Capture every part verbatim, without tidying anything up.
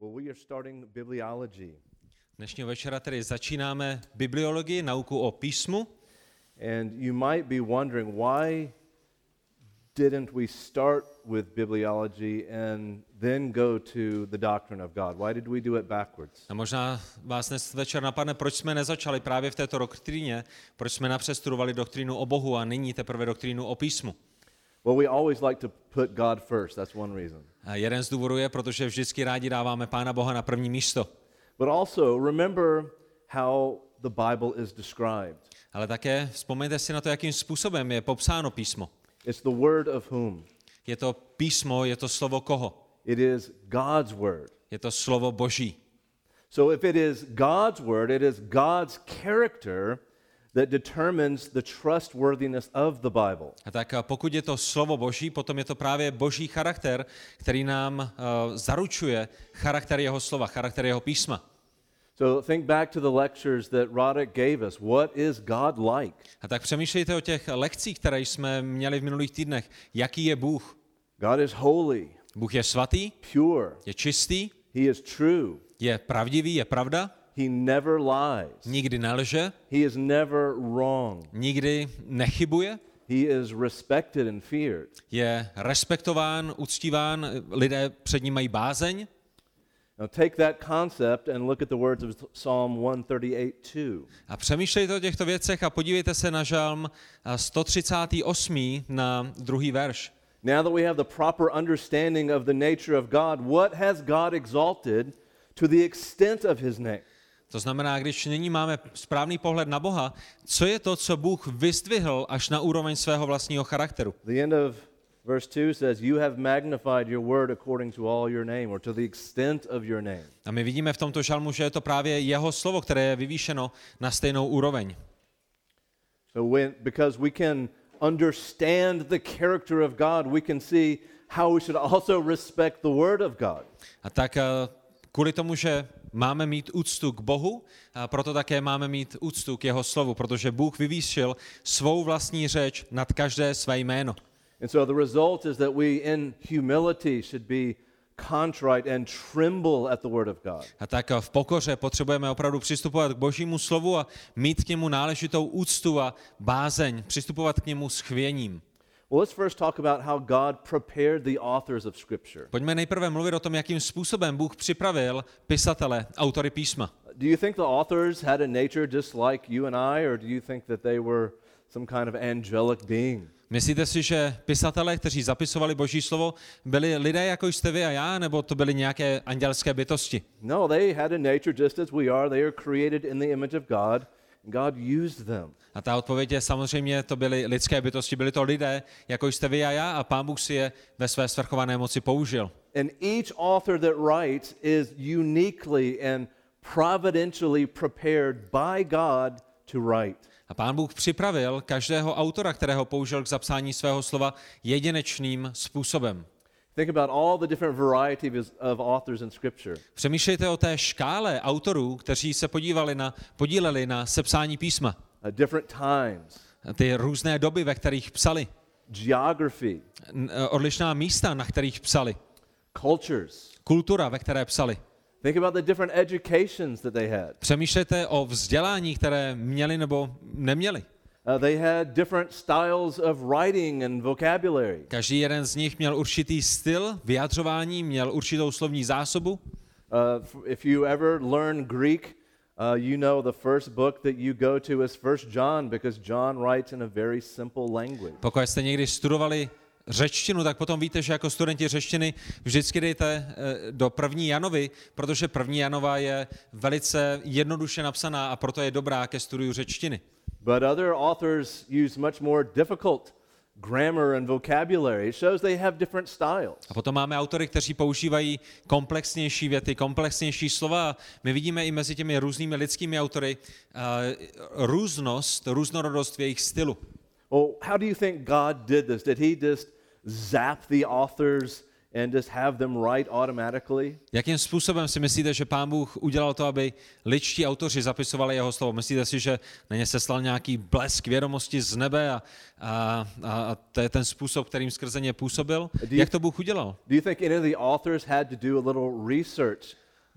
Well, we are starting bibliology. Dnešního večera tedy začínáme bibliologii, nauku o písmu. And you might be wondering, why didn't we start with bibliology and then go to the doctrine of God? Why did we do it backwards? A možná vás dnes večer napadne, proč jsme nezačali právě v této doktríně, proč jsme napřed studovali doktrínu o Bohu a nyní teprve doktrínu o písmu. Well, we always like to put God first. That's one reason. A jeden z důvodů je, protože vždycky rádi dáváme Pána Boha na první místo. But also, remember how the Bible is described. Ale také vzpomeňte si na to, jakým způsobem je popsáno písmo. It's the word of whom? Je to písmo, je to slovo koho? It is God's word. Je to slovo Boží. So if it is God's word, it is God's character that determines the trustworthiness of the Bible. A tak pokud je to slovo Boží, potom je to právě Boží charakter, který nám uh, zaručuje charakter jeho slova, charakter jeho písma. So think back to the lectures that Radek gave us. What is God like? A tak přemýšlejte o těch lekcích, které jsme měli v minulých týdnech. Jaký je Bůh? God is holy, Bůh je svatý, pure. je čistý, He is true. je pravdivý, je pravda, He never lies. nikdy nelže, He is never wrong. nikdy nechybuje, He is respected and feared. je respektován, uctíván, lidé před ním mají bázeň. Now take that concept and look at the words of Psalm one thirty-eight two. A přemýšlejte o těchto věcech a podívejte se na žalm sto třicátý osmý na druhý verš. Now that we have the proper understanding of the nature of God, what has God exalted to the extent of his name? To znamená, když nyní máme správný pohled na Boha, co je to, co Bůh vyzdvihl až na úroveň svého vlastního charakteru? The end of verse two says, you have magnified your word according to all your name, or to the extent of your name. A my vidíme v tomto žalmu, že je to právě jeho slovo, které je vyvýšeno na stejnou úroveň. So when, because we can understand the character of God, we can see how we should also respect the word of God. A tak kvůli tomu, že máme mít úctu k Bohu, a proto také máme mít úctu k jeho slovu, protože Bůh vyvýšil svou vlastní řeč nad každé své jméno. And so the result is that we in humility should be contrite and tremble at the word of God. A tak v pokoře potřebujeme opravdu přistupovat k Božímu slovu a mít k němu náležitou úctu a bázeň, přistupovat k němu s chvěním. Well, let's first talk about how God prepared the authors of Scripture. Pojďme nejprve mluvit o tom, jakým způsobem Bůh připravil pisatele, autory písma. Do you think the authors had a nature just like you and I, or do you think that they were some kind of angelic being? Myslíte si, že pisatelé, kteří zapisovali Boží slovo, byli lidé jako jste vy a já, nebo to byly nějaké andělské bytosti? No, they had a nature just as we are. They are created in the image of God, and God used them. A ta odpověď je samozřejmě, to byly lidské bytosti, byli to lidé, jako jste vy a já, a Pán Bůh si je ve své svrchované moci použil. And each author that writes is uniquely and providentially prepared by God to write. A Pán Bůh připravil každého autora, kterého použil k zapsání svého slova, jedinečným způsobem. Think about all the different varieties of authors in Scripture. Přemýšlejte o té škále autorů, kteří se podívali na, podíleli na sepsání písma. Uh, different times, Ty různé doby, ve kterých psali. geography, Odlišná místa, na kterých psali. cultures. Kultura, ve které psali. Think about the different educations that they had. Přemýšlejte o vzdělání, které měli nebo neměli. Uh, they had different styles of writing and vocabulary. Každý jeden z nich měl určitý styl vyjadřování, měl určitou slovní zásobu. Uh, if you ever learn Greek, uh, you know the first book that you go to is First John, because John writes in a very simple language. Pokud jste někdy studovali řečtinu, tak potom víte, že jako studenti řečtiny vždycky dejte do první Janovy, protože první Janova je velice jednoduše napsaná a proto je dobrá ke studiu řečtiny. But other authors use much more difficult grammar and vocabulary. It shows they have different styles. A potom máme autory, kteří používají komplexnější věty, komplexnější slova. My vidíme i mezi těmi různými lidskými autory uh, různost, různorodost v jejich stylu. Well, how do you think God did this? Did he just zap the authors and just have them write automatically? Jakým způsobem si myslíte, že Pán Bůh udělal to, aby lidští autoři zapisovali jeho slovo? Myslíte si, že na ně seslal nějaký blesk vědomosti z nebe a, a, a to je ten způsob, kterým skrze ně působil? you, Jak to Bůh udělal? Do you think any of the authors had to do a little research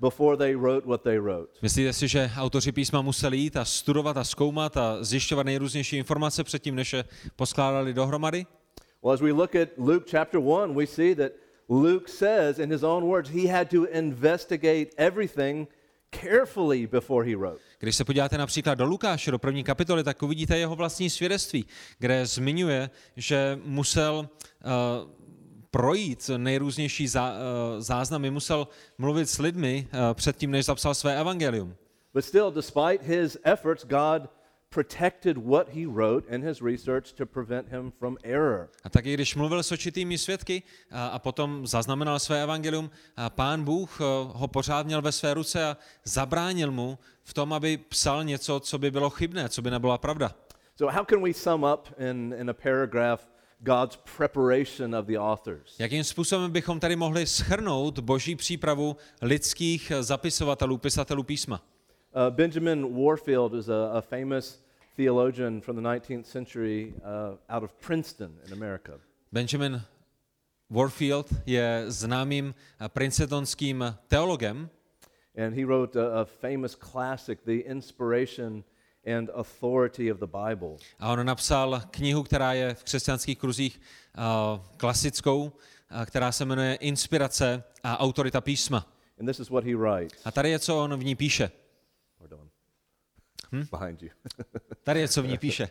before they wrote what they wrote? Myslíte si, že autoři písma museli jít a studovat a zkoumat a zjišťovat nejrůznější informace předtím, než je poskládali dohromady? Well, as we look at Luke chapter one, we see that Luke says in his own words, he had to investigate everything carefully before he wrote. Když se podíváte například do Lukáše, do první kapitoly, tak uvidíte jeho vlastní svědectví, kde zmiňuje, že musel uh, projít nejrůznější zá, uh, záznamy, musel mluvit s lidmi uh, předtím, než zapsal své evangelium. But still, despite his efforts, God protected what he wrote in his research to prevent him from error. A taky když mluvil s očitými svědky a, a potom zaznamenal své evangelium, a Pán Bůh ho pořád měl ve své ruce a zabránil mu v tom, aby psal něco, co by bylo chybné, co by nebyla pravda. So how can we sum up in, in a paragraph God's preparation of the authors? Jakým způsobem bychom tady mohli shrnout boží přípravu lidských zapisovatelů, pisatelů písma? Uh, Benjamin Warfield is a, a famous theologian from the nineteenth century uh, out of Princeton in America. Benjamin Warfield je známým princetonským teologem. And he wrote a, a famous classic, The Inspiration and Authority of the Bible. A on napsal knihu, která je v křesťanských kruzích uh, klasickou, uh, která se jmenuje Inspirace a autorita písma. And this is what he writes. A tady je, co on v ní píše. Pardon. Hm? Behind you. Tady je, co v ní píše.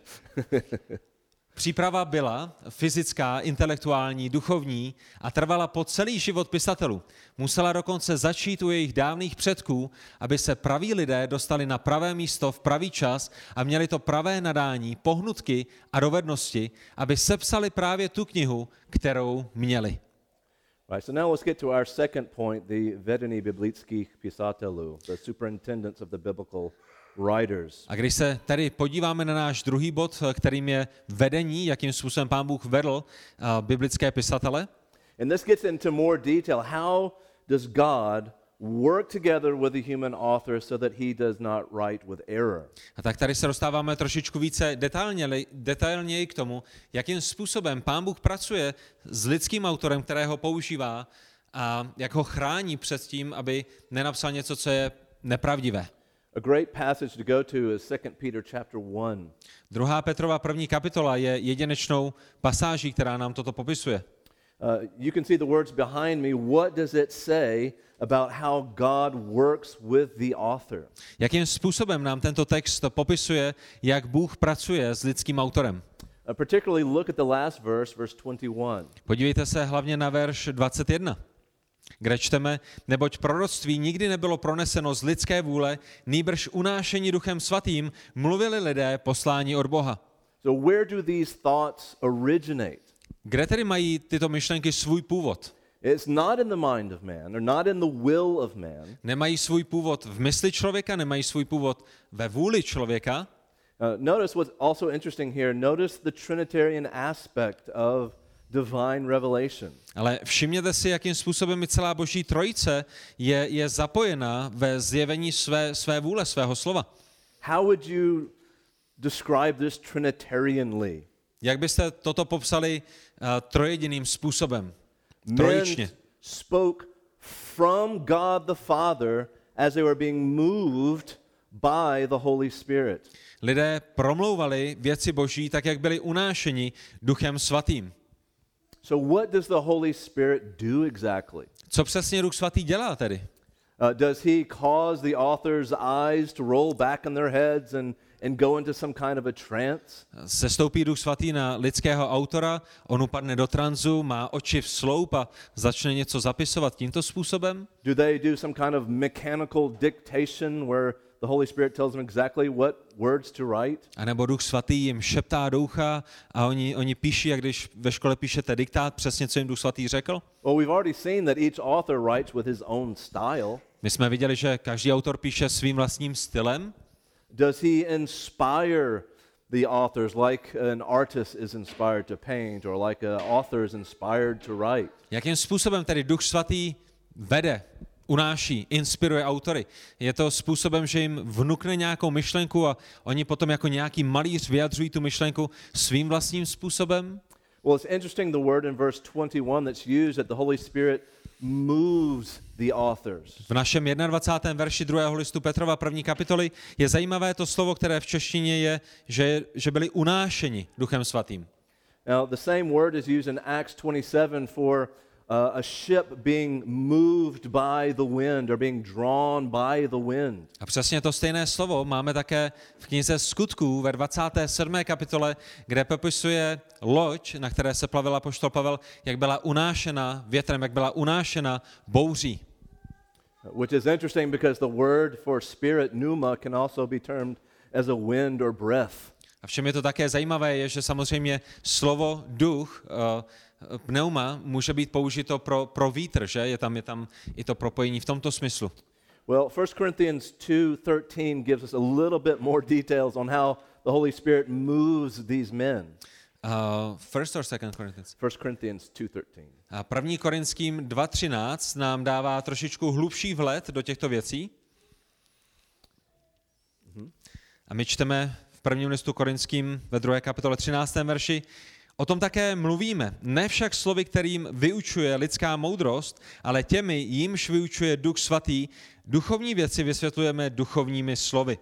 Příprava byla fyzická, intelektuální, duchovní a trvala po celý život pisatelů. Musela dokonce začít u jejich dávných předků, aby se praví lidé dostali na pravé místo v pravý čas a měli to pravé nadání, pohnutky a dovednosti, aby sepsali právě tu knihu, kterou měli. Right, so now let's get to our second point, the vedení biblických pisatelů, the superintendents of the biblical writers. A když se tady podíváme na náš druhý bod, kterým je vedení, jakým způsobem Pán Bůh vedl uh, biblické pisatele. And this gets into more detail. How does God work together with the human author so that he does not write with error? A tak tady se dostáváme trošičku více detailně, detailněji k tomu, jakým způsobem Pán Bůh pracuje s lidským autorem, kterého používá a jak ho chrání před tím, aby nenapsal něco, co je nepravdivé. A great passage to go to is Second Peter chapter one. Druhá Petrova první kapitola je jedinečnou pasáží, která nám toto popisuje. Uh, you can see the words behind me. What does it say about how God works with the author? Jakým způsobem nám tento text popisuje, jak Bůh pracuje s lidským autorem? Uh, particularly look at the last verse, verse twenty-one. Podívejte se hlavně na verš dvacet jedna, kde čteme, neboť proroctví nikdy nebylo proneseno z lidské vůle, nýbrž unášení Duchem Svatým mluvili lidé poslání od Boha. So where do these thoughts originate? Kde tedy mají tyto myšlenky svůj původ? It's not in the mind of man, or not in the will of man. Nemají svůj původ v mysli člověka, nemají svůj původ ve vůli člověka. Uh, notice what's also interesting here. Notice the Trinitarian aspect of divine revelation. Ale všimněte si, jakým způsobem i celá Boží trojice je, je zapojena ve zjevení své, své vůle, svého slova. How would you describe this Trinitarianly? Jak byste toto popsali uh, trojediným způsobem? Men Trojičně. spoke from God the Father as they were being moved by the Holy Spirit. Lidé promlouvali věci Boží tak, jak byli unášeni Duchem Svatým. So what does the Holy Spirit do exactly? Co přesně Duch Svatý dělá tedy? Uh, does he cause the author's eyes to roll back in their heads and, and go into some kind of a trance? Sestoupí Duch Svatý na lidského autora, on upadne do tranzu, má oči v sloup a začne něco zapisovat tímto způsobem? Do they do some kind of mechanical dictation where the Holy Spirit tells them exactly what words to write? A nebo Duch Svatý jim šeptá do ucha a oni, oni píší, jak když ve škole píšete diktát, přesně co jim Duch Svatý řekl? Well, we've already seen that each author writes with his own style. My jsme viděli, že každý autor píše svým vlastním stylem. Does he inspire the authors like an artist is inspired to paint or like an author is inspired to write? Jakým způsobem tedy Duch Svatý vede, unáší, inspiruje autory? Je to způsobem, že jim vnukne nějakou myšlenku a oni potom jako nějaký malíř vyjadřují tu myšlenku svým vlastním způsobem? Well, it's interesting the word in verse twenty-one that's used that the Holy Spirit moves the authors. V našem dvacátém prvním verši druhého listu Petrova první kapitoly je zajímavé to slovo, které v češtině je, že, že byli unášeni Duchem Svatým. Now, the same word is used in Acts twenty-seven for uh, a ship being moved by the wind or being drawn by the wind. A přesně to stejné slovo máme také v knize Skutků ve dvacáté sedmé kapitole, kde popisuje loď, na které se plavil apoštol Pavel, jak byla unášena větrem, jak byla unášena bouří. Which is interesting because the word for spirit, pneuma, can also be termed as a wind or breath. A v čem je to také zajímavé, je, že samozřejmě slovo duch, uh, pneuma, může být použito pro, pro vítr, že? Je tam, je tam i to propojení v tomto smyslu. Well, First Corinthians two thirteen gives us a little bit more details on how the Holy Spirit moves these men. Uh, first or second Corinthians? First Corinthians two thirteen. A první Korinským dva třináct nám dává trošičku hlubší vhled do těchto věcí. Mm-hmm. A my čteme v prvním listu Korinským ve druhé kapitole třináctém verši: O tom také mluvíme, ne však slovy, kterým vyučuje lidská moudrost, ale těmi, jimž vyučuje Duch Svatý, duchovní věci vysvětlujeme duchovními slovy.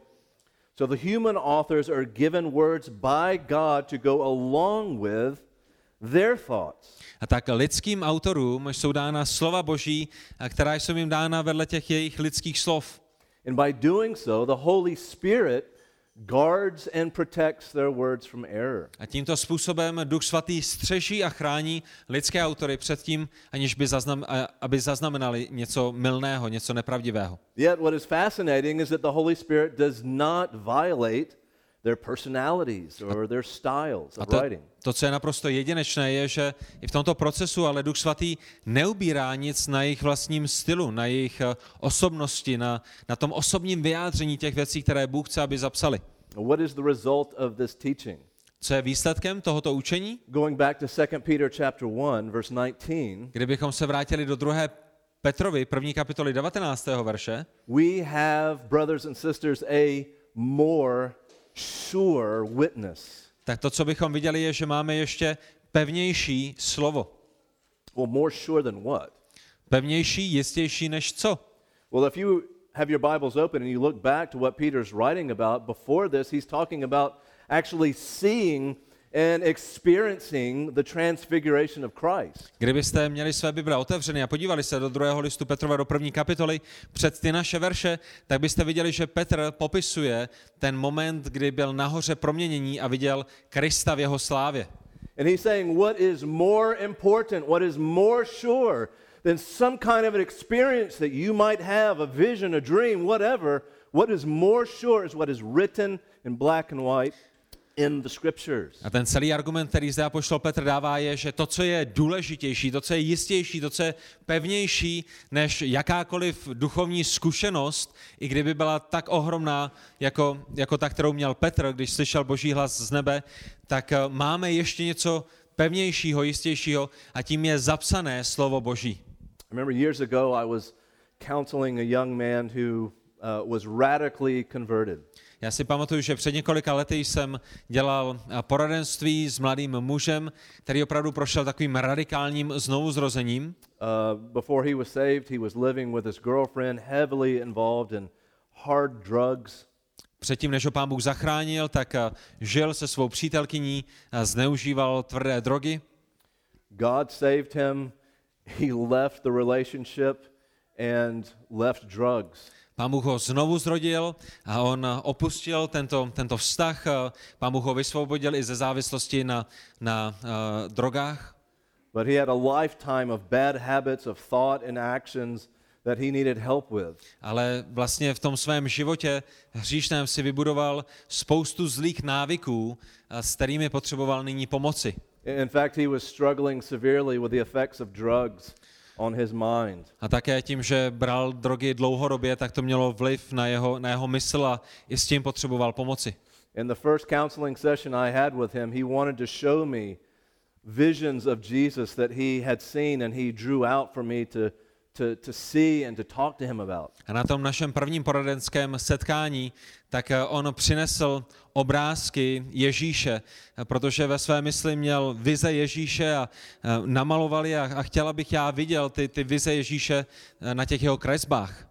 So the human authors are given words by God to go along with their thoughts. A tak lidským autorům jsou dána slova Boží, která jsou jim dána vedle těch jejich lidských slov. And by doing so, the Holy Spirit guards and protects their words from error. A tímto způsobem Duch Svatý střeží a chrání lidské autory před tím, aniž by zaznam, aby zaznamenali něco mylného, něco nepravdivého. Yet what is fascinating is that the Holy Spirit does not violate their personalities or their styles A of to, writing. to, co je naprosto jedinečné, je, že i v tomto procesu ale Duch Svatý neubírá nic na jejich vlastním stylu, na jejich osobnosti, na, na tom osobním vyjádření těch věcí, které Bůh chce, aby zapsali. What is the result of this teaching? Co je výsledkem tohoto učení? Going back to Second Peter chapter one, verse nineteen, Kdybychom se vrátili do druhé Petrovi, první kapitoly devatenáctého verše, we have, brothers and sisters, a more sure witness. tak to, co bychom viděli, je, že máme ještě pevnější slovo. Well, more sure than what? Pevnější, jistější než co? Well, if you have your Bibles open and you look back to what Peter's writing about, before this, he's talking about actually seeing and experiencing the transfiguration of Christ. Kdybyste měli své Bible otevřeny a podívali se do druhého listu Petrova do první kapitoly před ty naše verše, tak byste viděli, že Petr popisuje ten moment, kdy byl nahoře proměnění a viděl Krista v jeho slávě. And he's saying what is more important, what is more sure than some kind of an experience that you might have, a vision, a dream, whatever, what is more sure is what is written in black and white in the scriptures. A ten celý argument, který zde apoštol Petr dává, je, že to, co je důležitější, to, co je jistější, to, co je pevnější než jakákoliv duchovní zkušenost, i kdyby byla tak ohromná, jako, jako ta, kterou měl Petr, když slyšel Boží hlas z nebe, tak máme ještě něco pevnějšího, jistějšího a tím je zapsané slovo Boží. I remember years ago I was counseling a young man who uh, was radically converted. Já si pamatuju, že před několika lety jsem dělal poradenství s mladým mužem, který opravdu prošel takovým radikálním znovuzrozením. Uh, before he was saved, he was living with his girlfriend, heavily involved in hard drugs. Předtím, než ho Pán Bůh zachránil, tak žil se svou přítelkyní, zneužíval tvrdé drogy. God saved him. He left the relationship and left drugs. Pán Bůh ho znovu zrodil a on opustil tento, tento vztah. Pán Bůh ho vysvobodil i ze závislosti na, na uh, drogách. But he had a lifetime of bad habits of thought and actions that he needed help with. Ale vlastně v tom svém životě hříšném si vybudoval spoustu zlých návyků, s kterými potřeboval nyní pomoci. In fact, he was struggling severely with the effects of drugs on his mind. A také tím, že bral drogy dlouhodobě, tak to mělo vliv na jeho, na jeho mysl a i s tím potřeboval pomoci. In the first counseling session I had with him, he wanted to show me visions of Jesus that he had seen and he drew out for me to, to, to see and to talk to him about. A na tom našem prvním poradenském setkání, tak on přinesl obrázky Ježíše, protože ve své mysli měl vize Ježíše a namaloval je a chtěl, abych já viděl ty, ty vize Ježíše na těch jeho kresbách.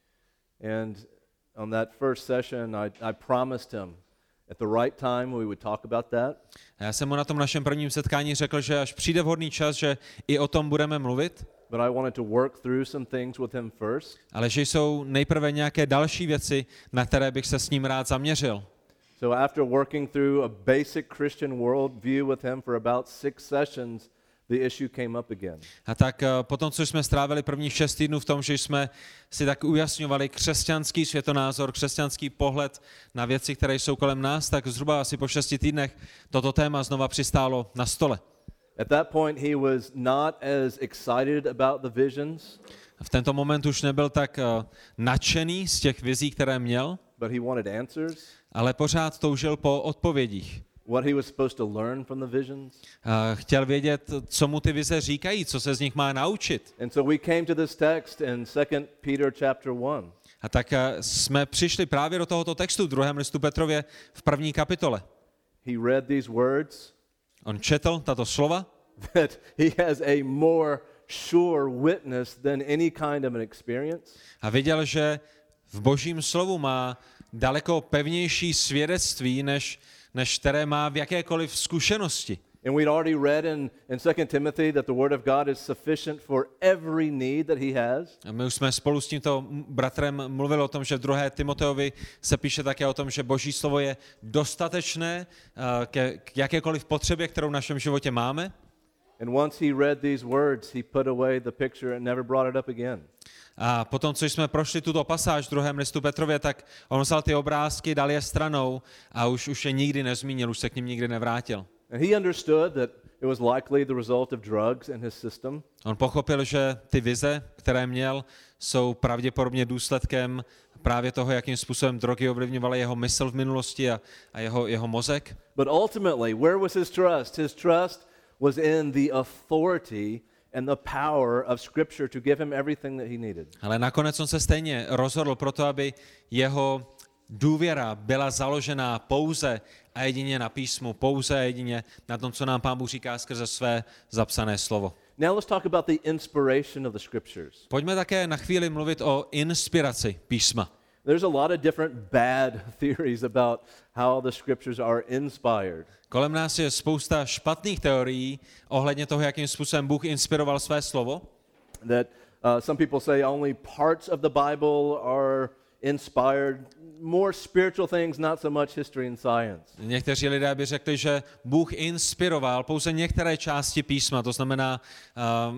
And on that first session, I, I promised him at the right time we would talk about that. A já jsem mu na tom našem prvním setkání řekl, že až přijde vhodný čas, že i o tom budeme mluvit. But I wanted to work through some things with him first. Ale že jsou nejprve nějaké další věci, na které bych se s ním rád zaměřil. So after working through a basic Christian worldview with him for about six sessions, the issue came up again. A tak potom, co jsme strávili prvních šest týdnů v tom, že jsme si tak ujasňovali křesťanský světonázor, křesťanský pohled na věci, které jsou kolem nás, tak zhruba asi po šesti týdnech toto téma znova přistálo na stole. At that point he was not as excited about the visions. V tento moment už nebyl tak uh, nadšený z těch vizí, které měl, But he wanted answers. ale pořád toužil po odpovědích. What he was supposed to learn from the visions. Uh, chtěl vědět, co mu ty vize říkají, co se z nich má naučit. And so we came to this text in Second Peter chapter one. A tak uh, jsme přišli právě do tohoto textu v druhém listu Petrově v první kapitole. He read these words On četl tato slova, that he has a more sure witness than any kind of an experience. a viděl, že v Božím slovu má daleko pevnější svědectví, než, než které má v jakékoliv zkušenosti. And we'd already read in, in Second Timothy that the Word of God is sufficient for every need that he has. A my už jsme spolu s tímto bratrem mluvili o tom, že v druhé Timoteovi se píše také o tom, že Boží slovo je dostatečné uh, ke, k jakékoliv potřebě, kterou v našem životě máme. And once he read these words, he put away the picture and never brought it up again. A potom, co jsme prošli tuto pasáž v druhém listu Petrově, tak on vzal ty obrázky, dal je stranou a už, už je nikdy nezmínil, už se k nim nikdy nevrátil. And he understood that it was likely the result of drugs in his system. On pochopil, že ty vize, které měl, jsou pravděpodobně důsledkem právě toho, jakým způsobem drogy ovlivňovaly jeho mysl v minulosti a, a jeho, jeho mozek. But ultimately, where was his trust? His trust was in the authority and the power of Scripture to give him everything that he needed. Ale nakonec on se stejně rozhodl pro to, aby jeho důvěra byla založená pouze a jedině na písmu, pouze a jedině na tom, co nám Pán Bůh říká skrze své zapsané slovo. Now let's talk about the inspiration of the Scriptures. Pojďme také na chvíli mluvit o inspiraci písma. There's a lot of different bad theories about how the Scriptures are inspired. Kolem nás je spousta špatných teorií ohledně toho, jakým způsobem Bůh inspiroval své slovo. That uh, some people say only parts of the Bible are inspired, more spiritual things, not so much history and science. Někteří lidé by řekli, že Bůh inspiroval pouze některé části písma, to znamená uh,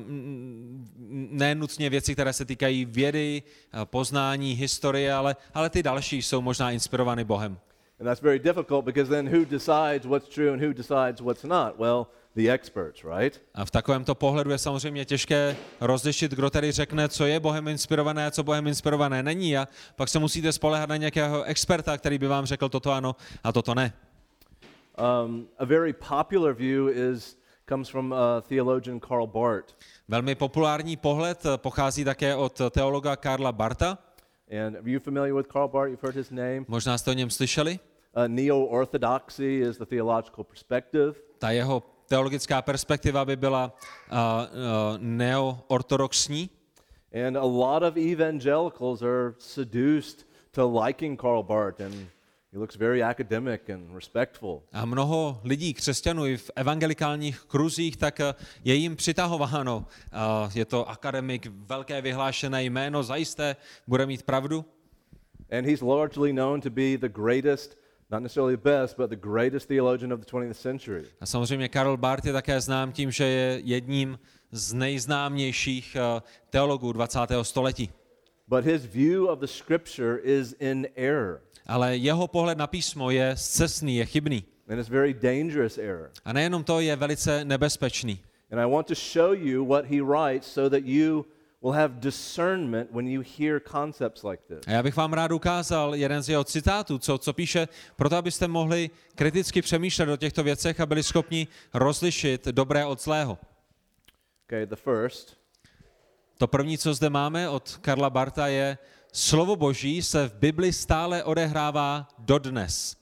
ne nutně věci, které se týkají vědy, poznání, historie, ale, ale ty další jsou možná inspirovány Bohem. And that's very difficult because then who decides what's true and who decides what's not? Well, the experts, right? A v takovémto pohledu je samozřejmě těžké rozlišit, kdo tedy řekne, co je Bohem inspirované a co Bohem inspirované není. A pak se musíte spoléhat na nějakého experta, který by vám řekl toto ano a toto ne. Um, a very popular view is comes from uh, theologian Karl Barth. Velmi populární pohled pochází také od teologa Karla Bartha. And are you familiar with Karl Barth? You've heard his name. Možná jste o něm slyšeli. Uh, Neo-orthodoxy is the theological perspective. Ta jeho teologická perspektiva by byla uh, uh, neoortodoxní. And a lot of evangelicals are seduced to liking Karl Barth, and he looks very academic and respectful. A mnoho lidí, křesťanů i v evangelikálních kruzích, tak je jim přitahováno. Uh, je to akademik, velké vyhlášené jméno, zajisté bude mít pravdu. And he's largely known to be the greatest, not necessarily the best, but the greatest theologian of the twentieth century. A samozřejmě Karl Barth je také znám tím, že je jedním z nejznámějších uh, teologů dvacátého století. But his view of the scripture is in error. Ale jeho pohled na písmo je scestný, je chybný. And it's very dangerous error. A nejenom to, je velice nebezpečný. And I want to show you what he writes so that you will have discernment when you hear concepts like this. A já bych vám rád ukázal jeden z jeho citátů, co, co píše, proto abyste mohli kriticky přemýšlet o těchto věcech a byli schopni rozlišit dobré od zlého. Okay, the first. To první, co zde máme od Karla Barta, je slovo Boží se v Bibli stále odehrává dodnes.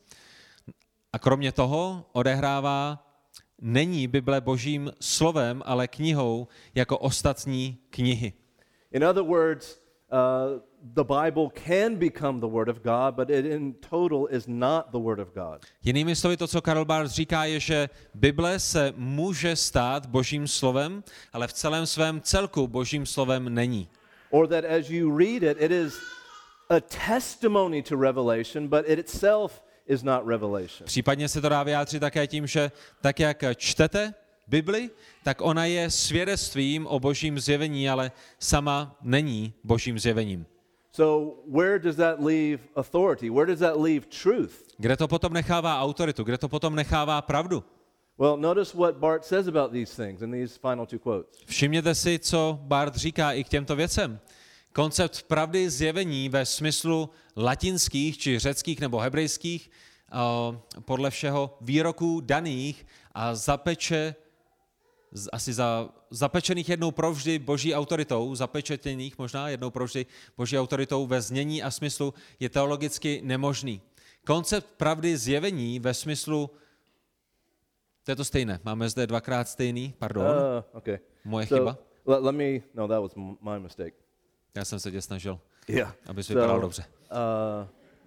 A kromě toho odehrává, není Bible Božím slovem, ale knihou jako ostatní knihy. In other words, uh, the Bible can become the Word of God, but it in total is not the Word of God. Jinými slovy, to, co Karl Barth říká, je, že Bible se může stát Božím slovem, ale v celém svém celku Božím slovem není. Or that as you read it, it is a testimony to revelation, but it itself is not revelation. Případně se to dá vyjádřit také tím, že tak, jak čtete Bibli, tak ona je svědectvím o Božím zjevení, ale sama není Božím zjevením. So where does that leave authority? Where does that leave truth? Kde to potom nechává autoritu? Kde to potom nechává pravdu? Well, notice what Barth says about these things in these final two quotes. Všimněte si, co Barth říká i k těmto věcem. Koncept pravdy zjevení ve smyslu latinských či řeckých nebo hebrejských podle všeho výroků daných a zapeče, asi za, zapečených jednou provždy Boží autoritou, zapečetěných možná jednou provždy Boží autoritou ve znění a smyslu je teologicky nemožný. Koncept pravdy zjevení ve smyslu, to je to stejné, máme zde dvakrát stejný, pardon, Uh, okay. moje So, chyba. let, let me, no, that was m- my mistake. Já jsem se tě snažil, Yeah. abys vypadal dobře. Uh,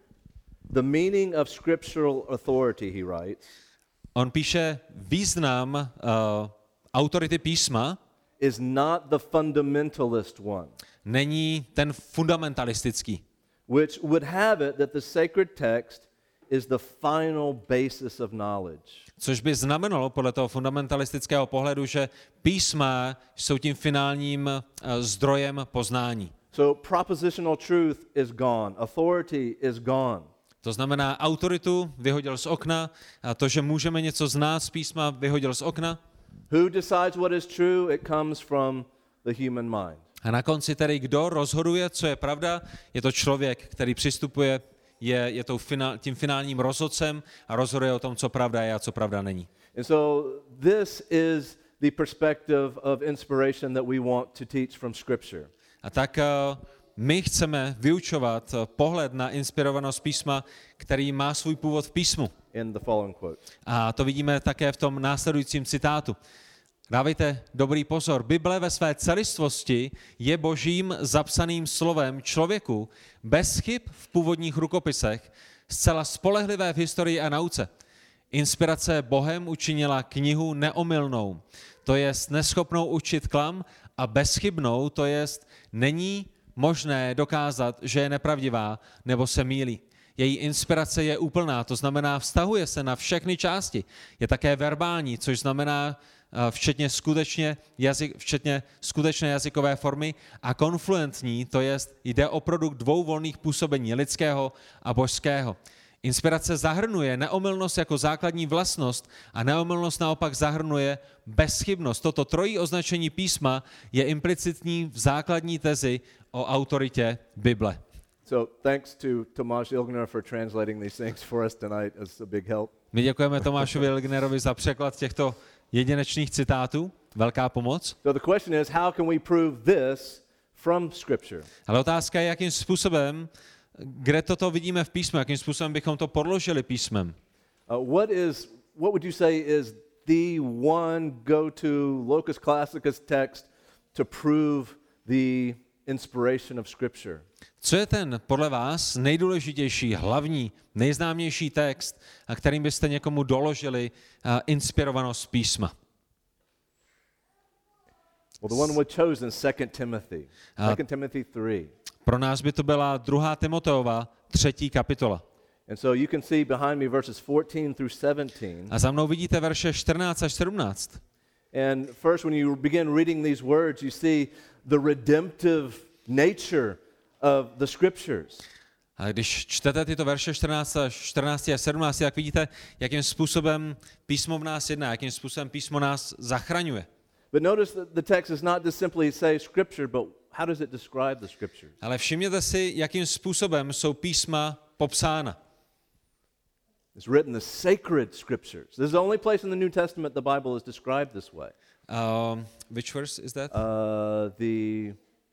the meaning of scriptural authority, he writes, On píše význam uh, autority písma, is not the fundamentalist one, není ten fundamentalistický, which would have it that the sacred text is the final basis of knowledge. což by znamenalo podle toho fundamentalistického pohledu, že písma jsou tím finálním uh, zdrojem poznání. So propositional truth is gone, authority is gone. To znamená, autoritu vyhodil z okna, a to, že můžeme něco znát z písma, vyhodil z okna. Who decides what is true? It comes from the human mind. A na konci tedy, kdo rozhoduje, co je pravda, je to člověk, který přistupuje, je, je tou finál, tím finálním rozhodcem a rozhoduje o tom, co pravda je a co pravda není. And so this is the perspective of inspiration that we want to teach from Scripture. A tak uh, my chceme vyučovat uh, pohled na inspirovanost písma, který má svůj původ v písmu. In the following quote. A to vidíme také v tom následujícím citátu. Dávejte dobrý pozor. Bible ve své celistvosti je Božím zapsaným slovem člověku bez chyb v původních rukopisech, zcela spolehlivé v historii a nauce. Inspirace Bohem učinila knihu neomylnou, to jest neschopnou učit klam, a bezchybnou, to jest není možné dokázat, že je nepravdivá nebo se mýlí. Její inspirace je úplná, to znamená vztahuje se na všechny části. Je také verbální, což znamená včetně, skutečně jazyk, včetně skutečné jazykové formy, a konfluentní, to jest jde o produkt dvou volných působení lidského a božského. Inspirace zahrnuje neomylnost jako základní vlastnost a neomylnost naopak zahrnuje bezchybnost. Toto trojí označení písma je implicitní v základní tezi o autoritě Bible. So thanks to Tomáš Ilgner for translating these things for us tonight. It's a big help. My děkujeme Tomášovi Ilgnerovi za překlad těchto jedinečných citátů. Velká pomoc. So the question is, how can we prove this from Scripture? Ale otázka je, jakým způsobem, kde toto vidíme v písmu, jakým způsobem bychom to podložili písmem. Uh, what is, what would you say is the one go-to locus classicus text to prove the inspiration of Scripture? Co je ten podle vás nejdůležitější, hlavní, nejznámější text, a kterým byste někomu doložili uh, inspirovanost písma? Well, the one we chosen, Second Timothy. Uh, Second Timothy three. Pro nás by to byla druhá Timoteova, třetí kapitola. And so you can see behind me verses fourteen through seventeen. A za mnou vidíte verše čtrnáct až sedmnáct. And first, when you begin reading these words, you see the redemptive nature of the Scriptures. A když čtete tyto verše čtrnáct až čtrnáct a sedmnáct, tak vidíte, jakým způsobem písmo v nás jedná, jakým způsobem písmo nás zachraňuje. But notice that the text is not just simply say Scripture, but how does it describe the Scriptures? Ale všimněte si, jakým způsobem jsou písma popsána. It's written the sacred Scriptures. This is the only place in the New Testament the Bible is described this way. Uh, which verse is that? Uh, the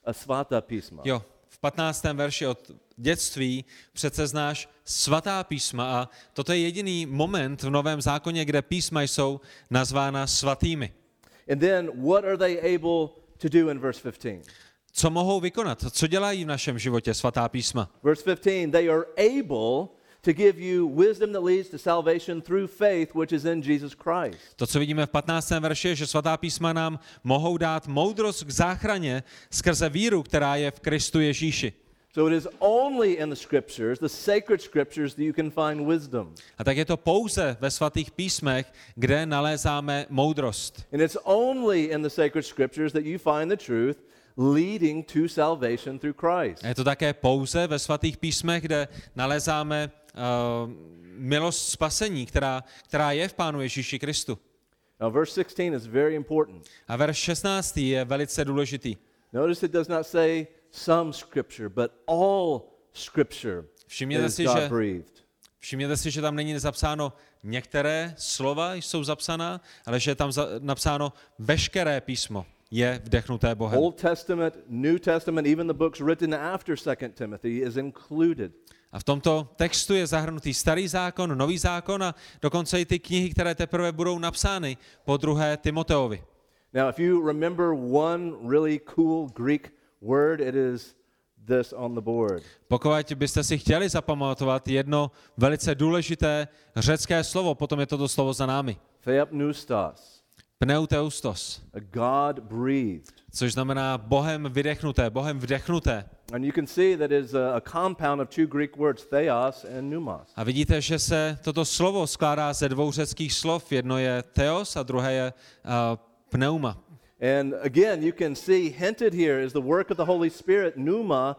a svatá písma. Jo, v patnáctém verši od dětství přece znáš svatá písma a toto je jediný moment v Novém zákoně, kde písma jsou nazvána svatými. And then what are they able to do in verse fifteen? Co mohou vykonat? Co dělají v našem životě svatá písma? Verse fifteen, they are able to give you wisdom that leads to salvation through faith, which is in Jesus Christ. To, co vidíme v patnáctém verši, je, že svatá písma nám mohou dát moudrost k záchraně skrze víru, která je v Kristu Ježíši. So it is only in the scriptures, the sacred scriptures, that you can find wisdom. A tak je to pouze ve svatých písmech, kde nalézáme moudrost. And it's only in the sacred scriptures that you find the truth leading to salvation through Christ. A je to také pouze ve svatých písmech, kde nalézáme uh, milost spasení, která, která je v Pánu Ježíši Kristu. Now verse sixteen is very important. A verš šestnáctý je velice důležitý. Notice it does not say some scripture, but all scripture Všimněte is si, God že, breathed. všimněte si, že tam není zapsáno některé slova jsou zapsaná, ale že je tam za, napsáno veškeré písmo je vdechnuté Bohem. Old Testament, New Testament, even the books written after Second Timothy is included. A v tomto textu je zahrnutý starý zákon, nový zákon a dokonce i ty knihy, které teprve budou napsány po druhé Timoteovi. Now, if you remember one really cool Greek word, it is this on the board. Pokud byste si chtěli zapamatovat jedno velice důležité řecké slovo, potom je toto slovo za námi. Theopneustos, Pneuteustos, a God breathed. což znamená Bohem vydechnuté, Bohem vdechnuté. And you can see that is a, a compound of two Greek words, theos and pneumos. A vidíte, že se toto slovo skládá ze dvou řeckých slov. Jedno je theos a druhé je uh, pneuma. And again, you can see hinted here is the work of the Holy Spirit, pneuma,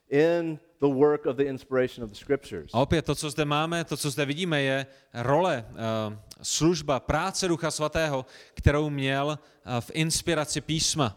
in the work of the inspiration of the scriptures. A opět to, co zde máme, to, co zde vidíme, je role, uh, služba, práce Ducha Svatého, kterou měl uh, v inspiraci písma.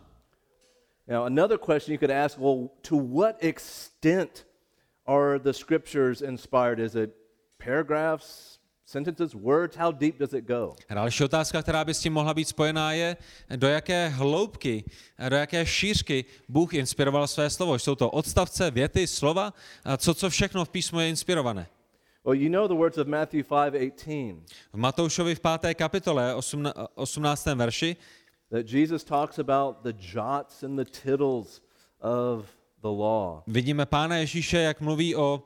Now, another question you could ask, well, to what extent are the scriptures inspired? Is it paragraphs, sentences, words? How deep does it go? A další otázka, která by s tím mohla být spojená, je, do jaké hloubky, do jaké šířky Bůh inspiroval své slovo. Jsou to odstavce, věty, slova, a co, co všechno v písmu je inspirované. Well, you know the words of Matthew five eighteen. V Matoušovi v páté kapitole, osmnáctém verši, That Jesus talks about the jots and the tittles of the law. vidíme Pána Ježíše, jak mluví o,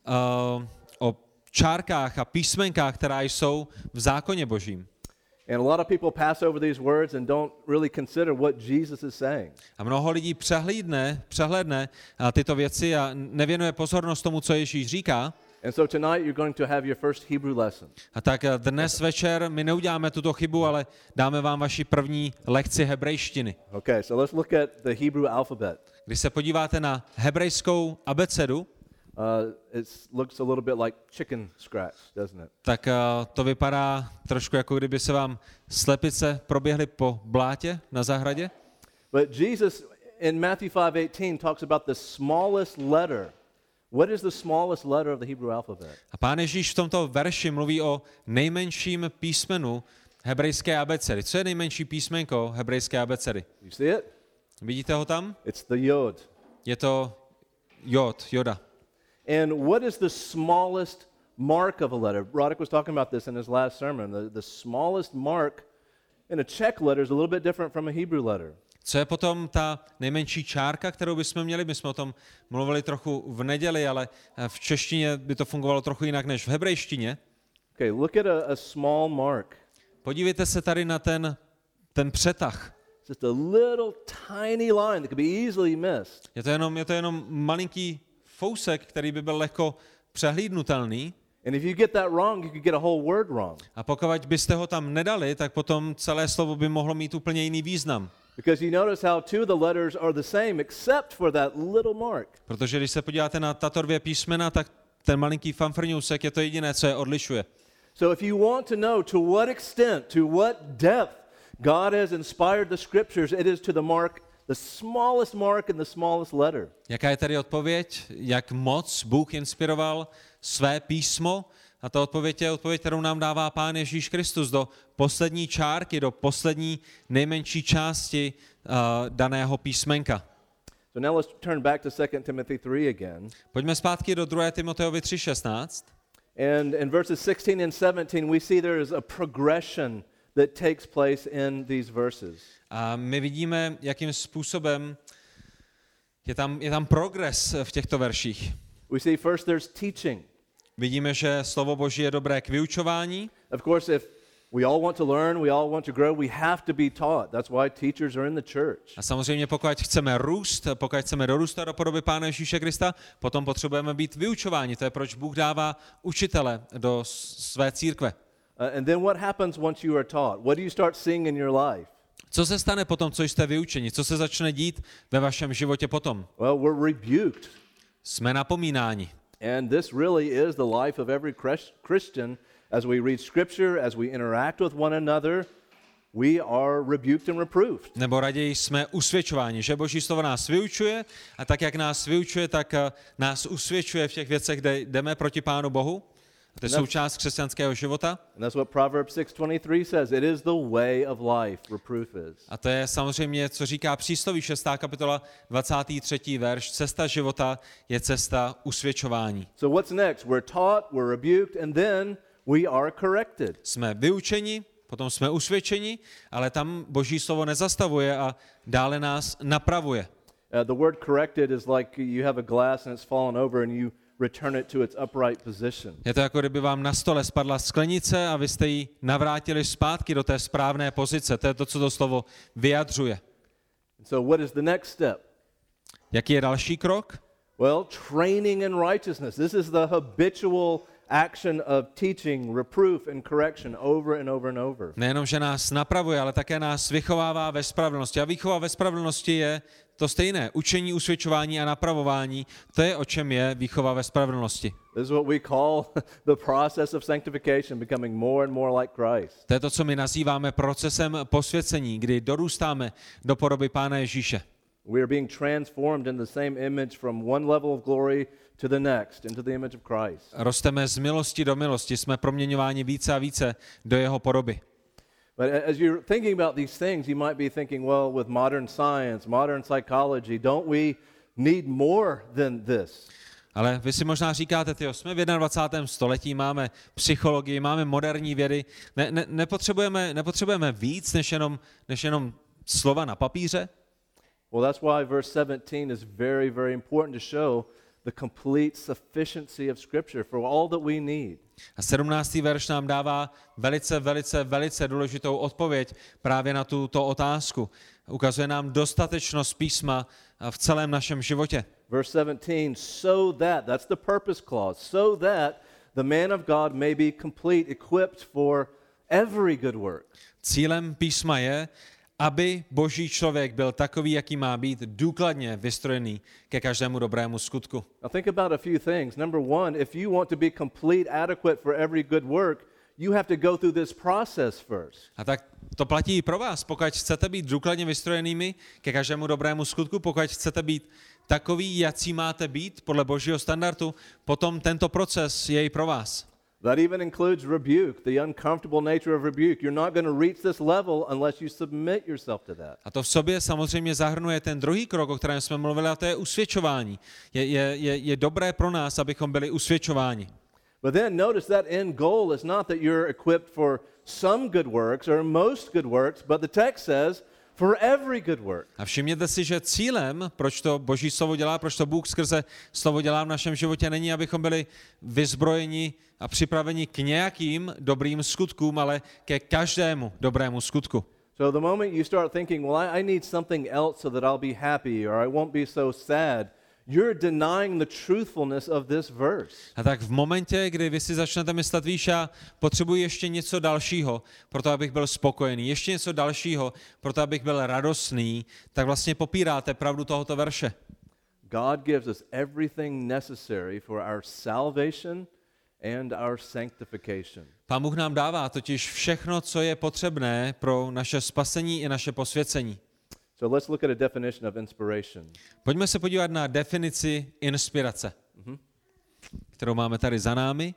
uh, o čárkách a písmenkách, která jsou v zákoně Božím. And a lot of people pass over these words and don't really consider what Jesus is saying. A mnoho lidí přehlídne, přehledne uh, tyto věci a nevěnuje pozornost tomu, co Ježíš říká. And so tonight you're going to have your first Hebrew lesson. A tak uh, dnes večer my neuděláme tuto chybu, ale dáme vám vaši první lekci hebrejštiny. Okay, so let's look at the Hebrew alphabet. Když se podíváte na hebrejskou abecedu, Uh, it looks a little bit like chicken scratch, doesn't it? tak uh, to vypadá trošku jako kdyby se vám slepice proběhly po blátě na zahradě. But Jesus in Matthew five eighteen talks about the smallest letter. What is the smallest letter of the Hebrew alphabet? A Pán Ježíš v tomto verši mluví o nejmenším písmenu hebrejské abecedy. Co je nejmenší písmenko hebrejské abecedy? You see it? Vidíte ho tam? It's the yod. Je to jod, joda. And what is the smallest mark of a letter? Roddick was talking about this in his last sermon. The, the smallest mark in a Czech letter is a little bit different from a Hebrew letter. Co je potom ta nejmenší čárka, kterou bychom měli? My jsme o tom mluvili trochu v neděli, ale v češtině by to fungovalo trochu jinak než v hebrejštině. Okay, look at a, a small mark. Podívejte se tady na ten, ten přetah. It's just a little tiny line that could be easily missed. Je to jenom, je to jenom malinký fousek, který by byl lehko přehlídnutelný. And if you get that wrong, you could get a whole word wrong. A pokud byste ho tam nedali, tak potom celé slovo by mohlo mít úplně jiný význam. Because you notice how two of the letters are the same except for that little mark. Protože když se podíváte na tato dvě písmena, tak ten malinký fanfrňousek je to jediné, co je odlišuje. So if you want to know to what extent, to what depth God has inspired the scriptures, it is to the mark, the smallest mark and the smallest letter. Jaká je tady odpověď? Jak moc Bůh inspiroval své písmo? A ta odpověď je odpověď, kterou nám dává Pán Ježíš Kristus do poslední čárky, do poslední nejmenší části uh, daného písmenka. So now let's turn back to Second Timothy three again. Pojďme zpátky do druhé Timoteovi tři šestnáct. And in verses sixteen and seventeen, we see there is a progression that takes place in these verses. A my vidíme, jakým způsobem je tam, je tam progres v těchto verších. We see first there's teaching. Vidíme, že slovo Boží je dobré k vyučování. Of course, if we all want to learn, we all want to grow, we have to be taught. That's why teachers are in the church. A samozřejmě pokud chceme růst, pokud chceme dorůstat do podoby Pána Ježíše Krista, potom potřebujeme být vyučováni. To je proč Bůh dává učitele do své církve. Uh, and then what happens once you are taught? What do you start seeing in your life? Co se stane potom, co jste vyučeni? Co se začne dít ve vašem životě potom? Well, we're rebuked. Jsme napomínáni. And this really is the life of every Christian. As we read Scripture, as we interact with one another, we are rebuked and reproved. Nebo raději jsme usvědčováni, že Boží slovo nás vyučuje a tak, jak nás vyučuje, tak nás usvědčuje v těch věcech, kde jdeme proti Pánu Bohu. To je součást křesťanského života. And that's what Proverbs six twenty-three says. It is the way of life, reproof is. A to je samozřejmě, co říká přísloví šestá kapitola dvacátý třetí verš. Cesta života je cesta usvědčování. So what's next? We're taught, we're rebuked, and then we are corrected. Jsme vyučeni, potom jsme usvědčeni, ale tam Boží slovo nezastavuje a dále nás napravuje. Uh, the word corrected is like you have a glass and it's fallen over and you return it to its upright position. Je to jako kdyby vám na stole spadla sklenice a vy jste ji navrátili zpátky do té správné pozice. To je to, co to slovo vyjadřuje. So what is the next step? Jaký je další krok? Well, training in righteousness. This is the habitual action of teaching, reproof and correction over and over and over. Nejenom, že nás napravuje, ale také nás vychovává ve spravedlnosti. A výchova ve spravedlnosti je to stejné. Učení, usvědčování a napravování, to je, o čem je výchova ve spravedlnosti. This is what we call the process of sanctification, becoming more and more like Christ. To je to, co my nazýváme procesem posvěcení, kdy dorůstáme do podoby Pána Ježíše. We are being transformed in the same image from one level of glory to the next, into the image of Christ. Rosteme z milosti do milosti, jsme proměňováni více a více do jeho podoby. But as you're thinking about these things, you might be thinking, well, with modern science, modern psychology, don't we need more than this? Ale vy si možná říkáte, tyjo, jsme v dvacátém prvním století, máme psychologii, máme moderní vědy, ne, ne, nepotřebujeme, nepotřebujeme víc než jenom, než jenom slova na papíře? Well, that's why verse seventeen is very, very important to show the complete sufficiency of Scripture for all that we need. A sedmnáctý verš nám dává velice, velice, velice důležitou odpověď právě na tuto otázku. Ukazuje nám dostatečnost písma v celém našem životě. Verse seventeen, so that, that's the purpose clause, so that the man of God may be complete, equipped for every good work. Cílem písma je, aby Boží člověk byl takový, jaký má být, důkladně vystrojený ke každému dobrému skutku. Now think about a few things. Number one, if you want to be complete, adequate for every good work, you have to go through this process first. A tak to platí i pro vás. Pokud chcete být důkladně vystrojenými ke každému dobrému skutku, pokud chcete být takový, jací máte být podle Božího standardu, potom tento proces je i pro vás. That even includes rebuke, the uncomfortable nature of rebuke. You're not going to reach this level unless you submit yourself to that. A to v sobě samozřejmě zahrnuje ten druhý krok, o kterém jsme mluvili, a to je usvědčování. Je, je, je, je dobré pro nás, abychom byli usvědčováni. But then notice that end goal is not that you're equipped for some good works or most good works, but the text says for every good work. A všimněte si, že cílem, proč to Boží slovo dělá, proč to Bůh skrze slovo dělá v našem životě, není, abychom byli vyzbrojeni a připraveni k nějakým dobrým skutkům, ale ke každému dobrému skutku. So the moment you start thinking, well, I, I need something else so that I'll be happy or I won't be so sad, you're denying the truthfulness of this verse. A tak v momentě, kdy vy si začnete myslet, víš, já potřebuji ještě něco dalšího, proto abych byl spokojený, ještě něco dalšího, proto abych byl radostný, tak vlastně popíráte pravdu tohoto verše. God gives us everything necessary for our salvation and our sanctification. Pán Bůh nám dává totiž všechno, co je potřebné pro naše spasení i naše posvěcení. So let's look at a definition of inspiration. Pojďme se podívat na definici inspirace, mm-hmm. kterou máme tady za námi.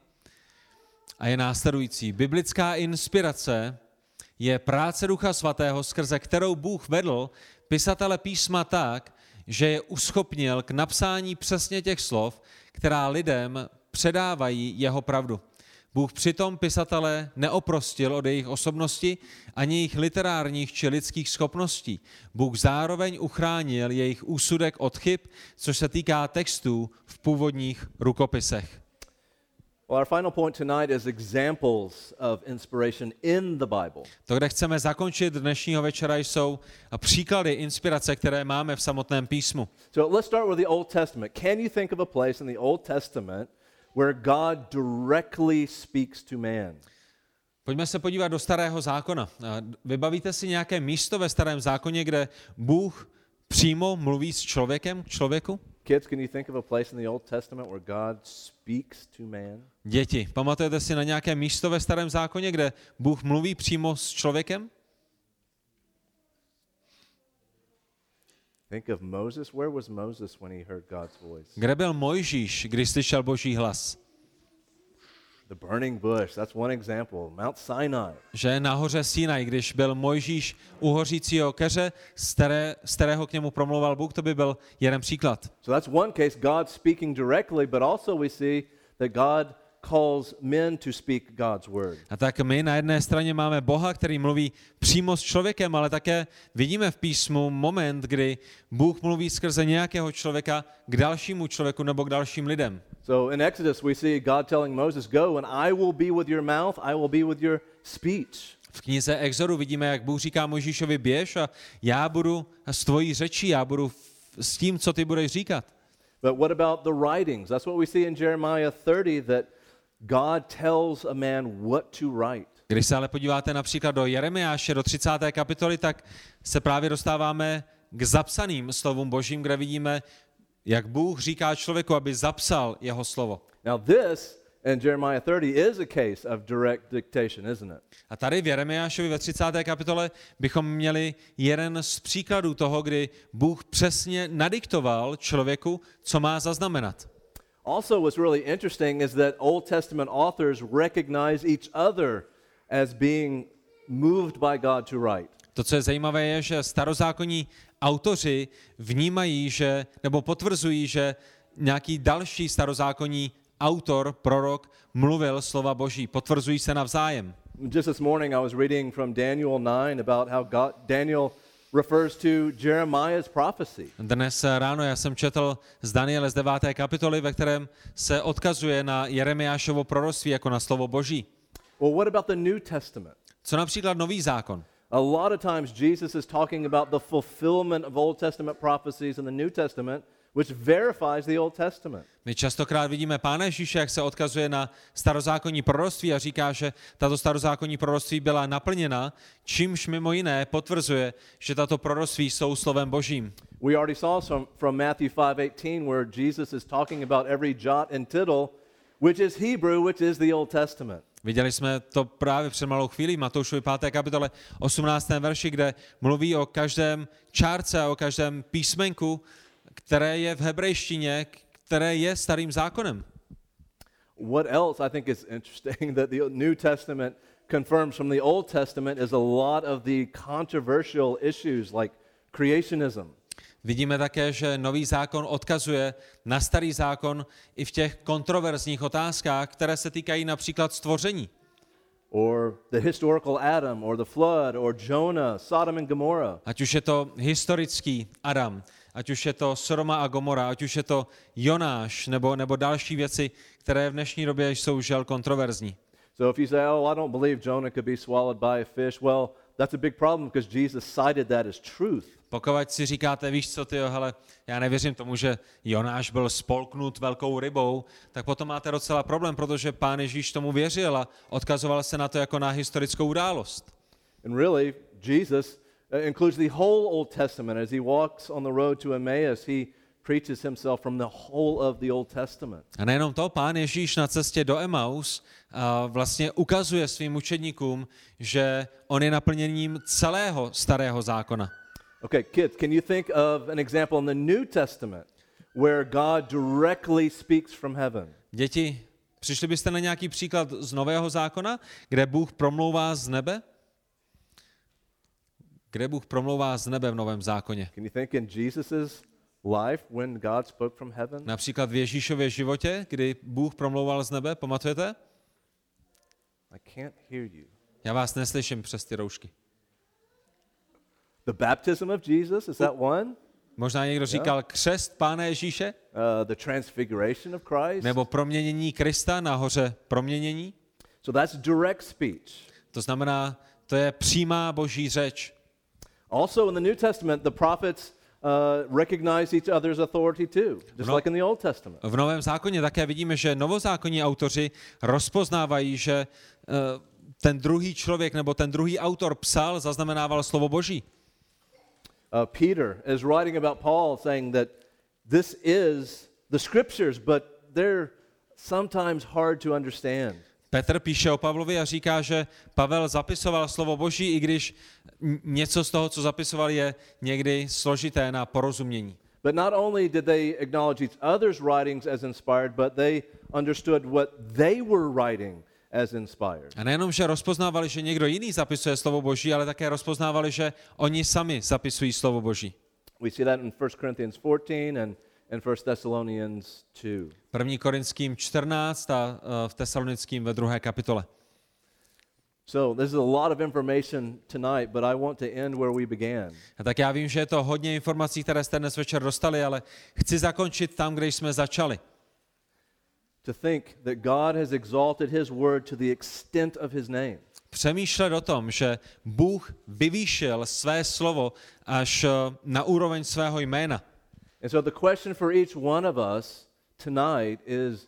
A je následující. Biblická inspirace je práce Ducha Svatého, skrze kterou Bůh vedl pisatele písma tak, že je uschopnil k napsání přesně těch slov, která lidem předávají jeho pravdu. Bůh přitom pisatele neoprostil od jejich osobnosti ani jejich literárních či lidských schopností. Bůh zároveň uchránil jejich úsudek od chyb, což se týká textů v původních rukopisech. Well, our final point tonight is examples of inspiration in the Bible. To, kde chceme zakončit dnešního večera, jsou příklady inspirace, které máme v samotném písmu. So let's start with the Old Testament. Can you think of a place in the Old Testament where God directly speaks to man? Pojďme se podívat do Starého zákona. Vybavíte si nějaké místo ve Starém zákoně, kde Bůh přímo mluví s člověkem, k člověku? Kids, can you think of a place in the Old Testament where God speaks to man? Děti, pamatujete si na nějaké místo ve Starém zákoně, kde Bůh mluví přímo s člověkem? Think of Moses. Where was Moses when he heard God's voice? Kde byl Mojžíš, když slyšel Boží hlas? The burning bush, that's one example. Mount Sinai. Že nahoře Sinaj, když byl Mojžíš u hořícího keře, z, které, z kterého k němu promlouval Bůh, to by byl jeden příklad. So that's one case, God speaking directly, but also we see that God calls men to speak God's word. A tak my na jedné straně máme Boha, který mluví přímo s člověkem, ale také vidíme v písmu moment, kdy Bůh mluví skrze nějakého člověka k dalšímu člověku nebo k dalším lidem. So in Exodus we see God telling Moses, go and I will be with your mouth, I will be with your speech. V knize Exodu vidíme, jak Bůh říká Mojžíšovi, běž a já budu s tvojí řečí, já budu s tím, co ty budeš říkat. But what about the writings? That's what we see in Jeremiah thirty, that God tells a man what to write. Když se ale podíváte například do Jeremiáše, do třicáté kapitoly, tak se právě dostáváme k zapsaným slovům Božím, kde vidíme, jak Bůh říká člověku, aby zapsal jeho slovo. Now this in Jeremiah thirty is a case of direct dictation, isn't it? A tady v Jeremiášovi ve třicáté kapitole bychom měli jeden z příkladů toho, kdy Bůh přesně nadiktoval člověku, co má zaznamenat. Also what's really interesting is that Old Testament authors recognize each other as being moved by God to write. To, co je zajímavé, je, že starozákonní autoři vnímají, že, nebo potvrzují, že nějaký další starozákonní autor, prorok, mluvil slova Boží. Potvrzují se navzájem. Just this morning I was reading from Daniel nine about how God, Daniel refers to Jeremiah's prophecy. Dnes ráno já jsem četl z Daniele z deváté kapitoly, ve kterém se odkazuje na Jeremiášovo proroctví jako na slovo Boží. Well, what about the New Testament? Co například Nový zákon? A lot of times Jesus is talking about the fulfillment of Old Testament prophecies in the New Testament, which verifies the Old Testament. My častokrát vidíme Pána Ježíše, jak se odkazuje na starozákonní proroctví a říká, že tato starozákonní proroctví byla naplněna, čímž mimo jiné potvrzuje, že tato proroctví jsou slovem Božím. We already saw some from Matthew five eighteen where Jesus is talking about every jot and tittle, which is Hebrew, which is the Old Testament. Viděli jsme to právě před malou chvílí, Matoušovi páté kapitole osmnáctém verši, kde mluví o každém čárce a o každém písmenku, které je v hebrejštině, které je starým zákonem. What else I think is interesting that the New Testament confirms from the Old Testament is a lot of the controversial issues like creationism. Vidíme také, že Nový zákon odkazuje na Starý zákon i v těch kontroverzních otázkách, které se týkají například stvoření. Or the historical Adam, or the flood, or Jonah, Sodom and Gomorrah. Ať už je to historický Adam, ať už je to Sodoma a Gomora, ať už je to Jonáš, nebo, nebo další věci, které v dnešní době jsou žel kontroverzní. So if you say, oh, I don't believe Jonah could be swallowed by a fish, well, that's a big problem because Jesus cited that as truth. Pokud si říkáte, víš co, tyjo, hele, já nevěřím tomu, že Jonáš byl spolknut velkou rybou, tak potom máte docela problém, protože Pán Ježíš tomu věřil a odkazoval se na to jako na historickou událost. And really, Jesus uh, includes the whole Old Testament. As he walks on the road to Emmaus, he preaches himself from the whole of the Old Testament. A nejenom to, Pán Ježíš na cestě do Emaus a vlastně ukazuje svým učedníkům, že on je naplněním celého starého zákona. Okay, kids, can you think of an example in the New Testament where God directly speaks from heaven? Děti, přišli byste na nějaký příklad z Nového zákona, kde Bůh promlouvá z nebe? Kde Bůh promlouvá z nebe v Novém zákoně? Can you think in Jesus's life when God spoke from heaven? Například v Ježíšově životě, kdy Bůh promlouval z nebe, pamatujete? I can't hear you. Já vás neslyším přes ty roušky. The baptism of Jesus, is that one? Možná někdo říkal křest Pána Ježíše? Uh, the transfiguration of Christ? Nebo proměnění Krista na hoře proměnění? So that's direct speech. To znamená, to je přímá boží řeč. Also in the New Testament, the prophets uh, recognize each other's authority too, just No. like in the Old Testament. V Novém zákoně také vidíme, že novozákonní autoři rozpoznávají, že uh, ten druhý člověk nebo ten druhý autor psal, zaznamenával slovo Boží. Uh, Peter is writing about Paul saying that this is the scriptures, but they're sometimes hard to understand. Petr píše o Pavlovi a říká, že Pavel zapisoval slovo Boží, i když něco z toho, co zapisoval, je někdy složité na porozumění. But not only did they acknowledge each other's writings as inspired, but they understood what they were writing as inspired. A nejenom, že rozpoznávali, že někdo jiný zapisuje slovo Boží, ale také rozpoznávali, že oni sami zapisují slovo Boží. We see that in First Corinthians fourteen and in First Thessalonians two. první Korinským čtrnáct a uh, v Tesalonickým ve druhé kapitole. So this is a lot of information tonight, but I want to end where we began. A tak já vím, že je to hodně informací, které jste dnes večer dostali, ale chci zakončit tam, kde jsme začali. To think that God has exalted his word to the extent of his name. Přemýšlet o tom, že Bůh vyvýšil své slovo až uh, na úroveň svého jména. And so the question for each one of us tonight is,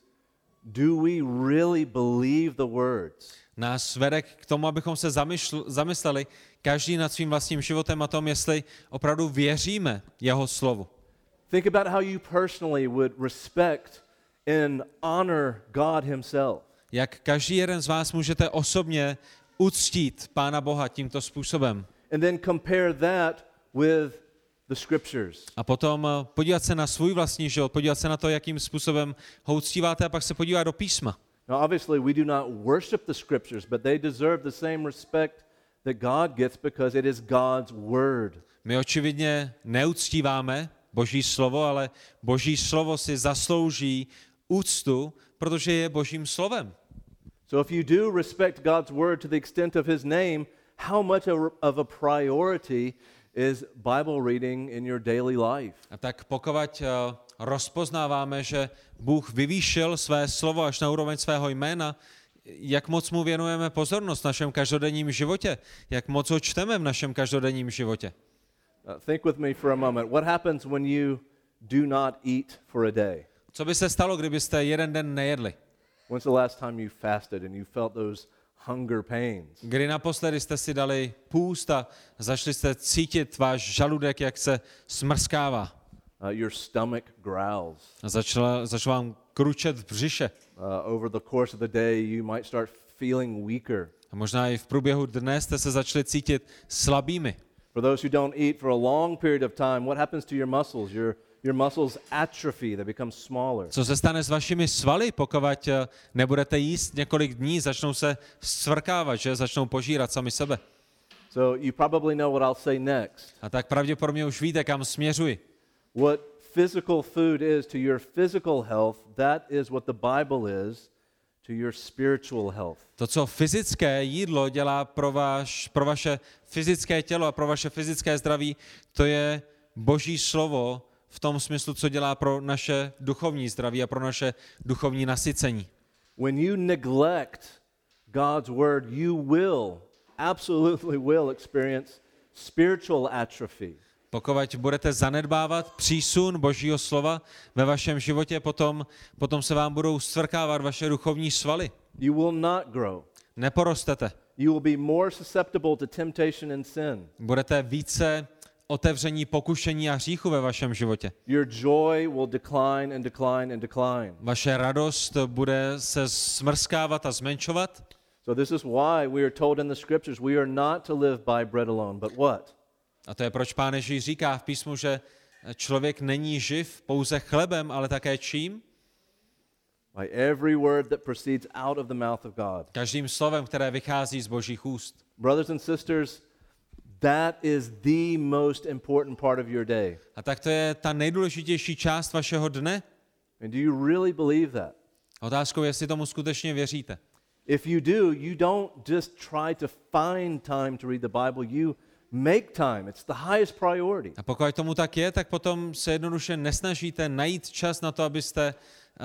do we really believe the words? Nás vede k tomu, abychom se zamyšl, zamysleli každý nad svým vlastním životem a tom, jestli opravdu věříme jeho slovu. Think about how you personally would respect and honor God himself. Jak každý jeden z vás můžete osobně uctít Pána Boha tímto způsobem. And then compare that with the scriptures. A potom podívat se na svůj vlastní život, podívat se na to, jakým způsobem ho uctíváte a pak se podívat do písma. Now obviously we do not worship the scriptures, but they deserve the same respect that God gets because it is God's word. My očividně neuctíváme Boží slovo, ale Boží slovo si zaslouží úctu, protože je Božím slovem. So if you do respect God's word to the extent of his name, how much of a priority is Bible reading in your daily life? A tak pokud uh, rozpoznáváme, že Bůh vyvýšil své slovo až na úroveň svého jména, jak moc mu věnujeme pozornost v našem každodenním životě, jak moc ho čteme v našem každodenním životě. Uh, think with me for a moment. What happens when you do not eat for a day? Co by se stalo, kdybyste jeden den nejedli? When's the last time you fasted and you felt those hunger pains? Kdy naposledy jste si dali půst a začali jste cítit váš žaludek, jak se smrskává? Uh, your stomach growls. A začal, začal vám kručet v břiše. Uh, over the course of the day, you might start feeling weaker. A možná i v průběhu dne jste se začali cítit slabými. For those who don't eat for a long period of time, what happens to your muscles? Your, your muscles atrophy, they become smaller. Co se stane s vašimi svaly, pokud nebudete jíst několik dní, začnou se svrkávat, že začnou požírat sami sebe. So you probably know what I'll say next. A tak pravděpodobně už víte, kam směřuji. What physical food is to your physical health, that is what the Bible is to your spiritual health. To, co fyzické jídlo dělá pro, vaš, pro vaše fyzické tělo a pro vaše fyzické zdraví, to je Boží slovo v tom smyslu, co dělá pro naše duchovní zdraví a pro naše duchovní nasycení. When you neglect God's word, you will, absolutely will experience spiritual atrophy. Pokud budete zanedbávat přísun Božího slova ve vašem životě, potom, potom se vám budou svrkávat vaše duchovní svaly. You will not grow. Neporostete. You will be more susceptible to temptation and sin. Budete více otevření pokušení a hříchu ve vašem životě. Your joy will decline and decline and decline. Vaše radost bude se smrskávat a zmenšovat. So this is why we are told in the scriptures we are not to live by bread alone, but what? A to je, proč Pán Ježíš říká v písmu, že člověk není živ pouze chlebem, ale také čím? By every word that proceeds out of the mouth of God. Každým slovem, které vychází z Božích úst. Brothers and sisters, that is the most important part of your day. A tak to je ta nejdůležitější část vašeho dne. And do you really believe that? Otázkou je, jestli tomu skutečně věříte. If you do, you don't just try to find time to read the Bible, you make time. It's the highest priority. A pokud tomu tak je, tak potom se jednoduše nesnažíte najít čas na to, abyste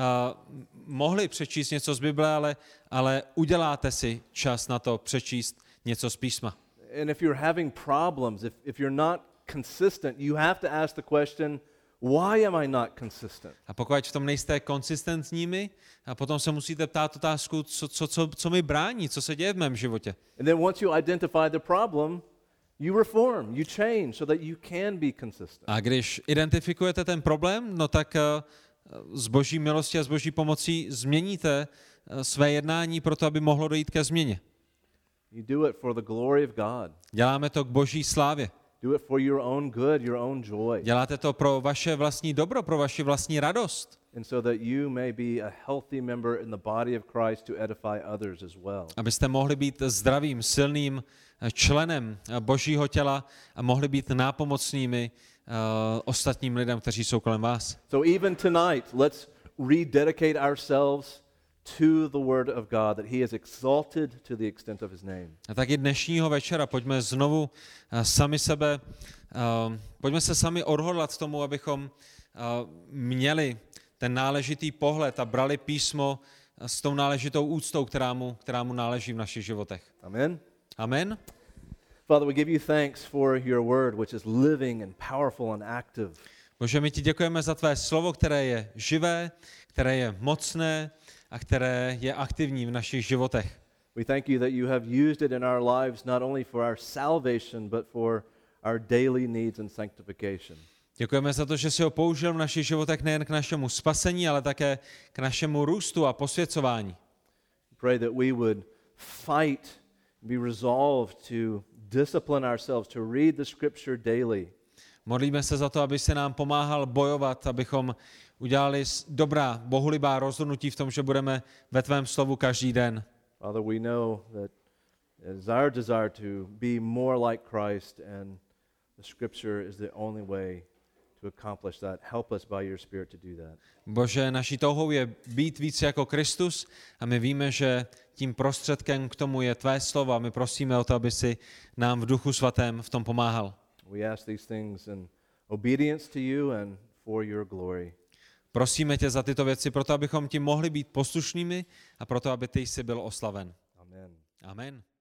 uh, mohli přečíst něco z Bible, ale, ale uděláte si čas na to přečíst něco z písma. And if you're having problems, if, if you're not consistent, you have to ask the question, why am I not consistent? A pokud v tom nejste konsistentními, a potom se musíte ptát otázku, co, co, co, co mi brání, co se děje v mém životě. And then once you identify the problem, you reform, you change so that you can be consistent. A když identifikujete ten problém, no tak uh, z boží milosti a z boží pomocí změníte uh, své jednání proto, aby mohlo dojít ke změně. You do it for the glory of God. Děláme to k boží slávě. Do it for your own good, your own joy. Děláte to pro vaše vlastní dobro, pro vaši vlastní radost. And so that you may be a healthy member in the body of Christ to edify others as well. Abyste mohli být zdravým, silným členem božího těla a mohli být nápomocnými uh, ostatním lidem, kteří jsou kolem vás. So even tonight, let's rededicate ourselves to the word of God, that he is exalted to the extent of his name. A tak i dnešního večera pojďme znovu uh, sami sebe, uh, pojďme se sami odhodlat k tomu, abychom uh, měli ten náležitý pohled a brali písmo s tou náležitou úctou, která mu, která mu náleží v našich životech. Amen. Amen. Father, we give you thanks for your word, which is living and powerful and active. Bože, my ti děkujeme za tvé slovo, které je živé, které je mocné a které je aktivní v našich životech. We thank you that you have used it in our lives not only for our salvation, but for our daily needs and sanctification. Děkujeme za to, že jsi ho použil v našich životech nejen k našemu spasení, ale také k našemu růstu a posvěcování. Pray that we would fight, be resolved to discipline ourselves, to read the scripture daily. Modlíme se za to, aby se nám pomáhal bojovat, abychom udělali dobrá, bohulibá rozhodnutí v tom, že budeme ve tvém slovu každý den. Father, we know that it is our desire to be more like Christ, and the scripture is the only way to accomplish that. Help us by your Spirit to do that. Bože, naší touhou je být víc jako Kristus a my víme, že tím prostředkem k tomu je tvé slovo a my prosíme o to, aby si nám v Duchu Svatém v tom pomáhal. We ask these things in obedience to you and for your glory. Prosíme tě za tyto věci, proto abychom ti mohli být poslušnými a proto, aby ty jsi byl oslaven. Amen. Amen.